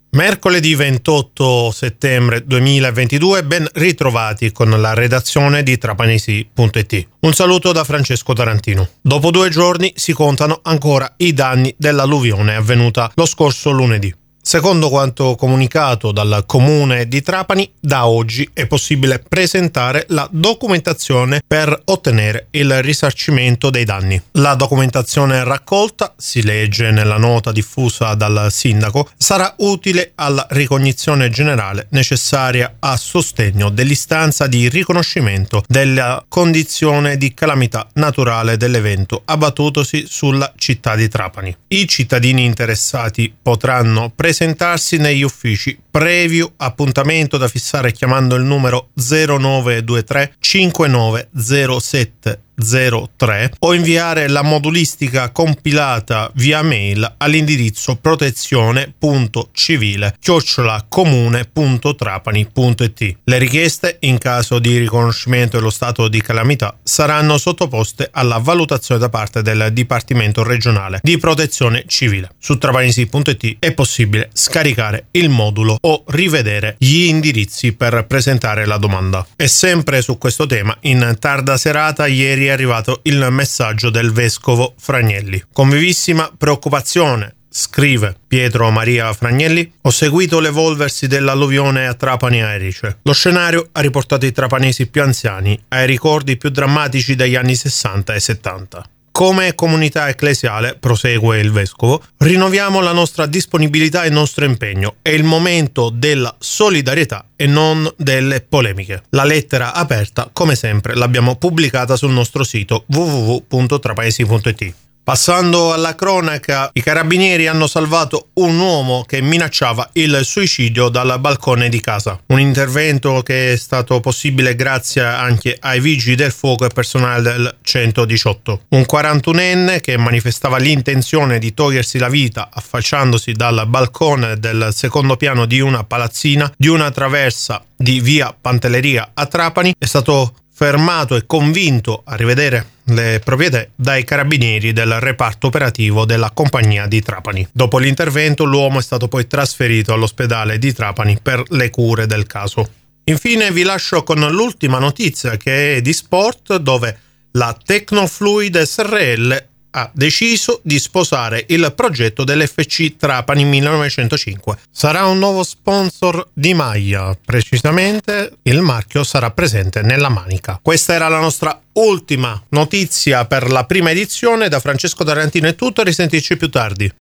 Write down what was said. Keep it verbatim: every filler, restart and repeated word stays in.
Mercoledì ventotto settembre duemilaventidue, ben ritrovati con la redazione di Trapanesi punto it. Un saluto da Francesco Tarantino. Dopo due giorni si contano ancora i danni dell'alluvione avvenuta lo scorso lunedì. Secondo quanto comunicato dal comune di Trapani, da oggi è possibile presentare la documentazione per ottenere il risarcimento dei danni. La documentazione raccolta, si legge nella nota diffusa dal sindaco, sarà utile alla ricognizione generale necessaria a sostegno dell'istanza di riconoscimento della condizione di calamità naturale dell'evento abbattutosi sulla città di Trapani. I cittadini interessati potranno presentare presentarsi negli uffici previo appuntamento da fissare chiamando il numero zero nove due tre cinque nove zero sette zero tre o inviare la modulistica compilata via mail all'indirizzo protezione punto civile chiocciola comune punto trapani punto it. Le richieste, in caso di riconoscimento dello stato di calamità, saranno sottoposte alla valutazione da parte del Dipartimento regionale di protezione civile. Su trapanesi punto it è possibile scaricare il modulo o rivedere gli indirizzi per presentare la domanda. E sempre su questo tema, in tarda serata ieri è arrivato il messaggio del vescovo Fragnelli. Con vivissima preoccupazione, scrive Pietro Maria Fragnelli, ho seguito l'evolversi dell'alluvione a Trapani a Erice. Lo scenario ha riportato i trapanesi più anziani ai ricordi più drammatici degli anni sessanta e settanta. Come comunità ecclesiale, prosegue il vescovo, rinnoviamo la nostra disponibilità e il nostro impegno. È il momento della solidarietà e non delle polemiche. La lettera aperta, come sempre, l'abbiamo pubblicata sul nostro sito w w w punto trapanesi punto it. Passando alla cronaca, i carabinieri hanno salvato un uomo che minacciava il suicidio dal balcone di casa. Un intervento che è stato possibile grazie anche ai vigili del fuoco e personale del centodiciotto. Un quarantunenne che manifestava l'intenzione di togliersi la vita affacciandosi dal balcone del secondo piano di una palazzina di una traversa di via Pantelleria a Trapani è stato fermato e convinto a rivedere le proprietà dai carabinieri del reparto operativo della compagnia di Trapani. Dopo l'intervento l'uomo è stato poi trasferito all'ospedale di Trapani per le cure del caso. Infine vi lascio con l'ultima notizia, che è di sport, dove la Tecnofluid S R L ha deciso di sposare il progetto dell'F C Trapani millenovecentocinque. Sarà un nuovo sponsor di maglia, precisamente il marchio sarà presente nella manica. Questa era la nostra ultima notizia per la prima edizione. Da Francesco Tarantino è tutto, risentirci più tardi.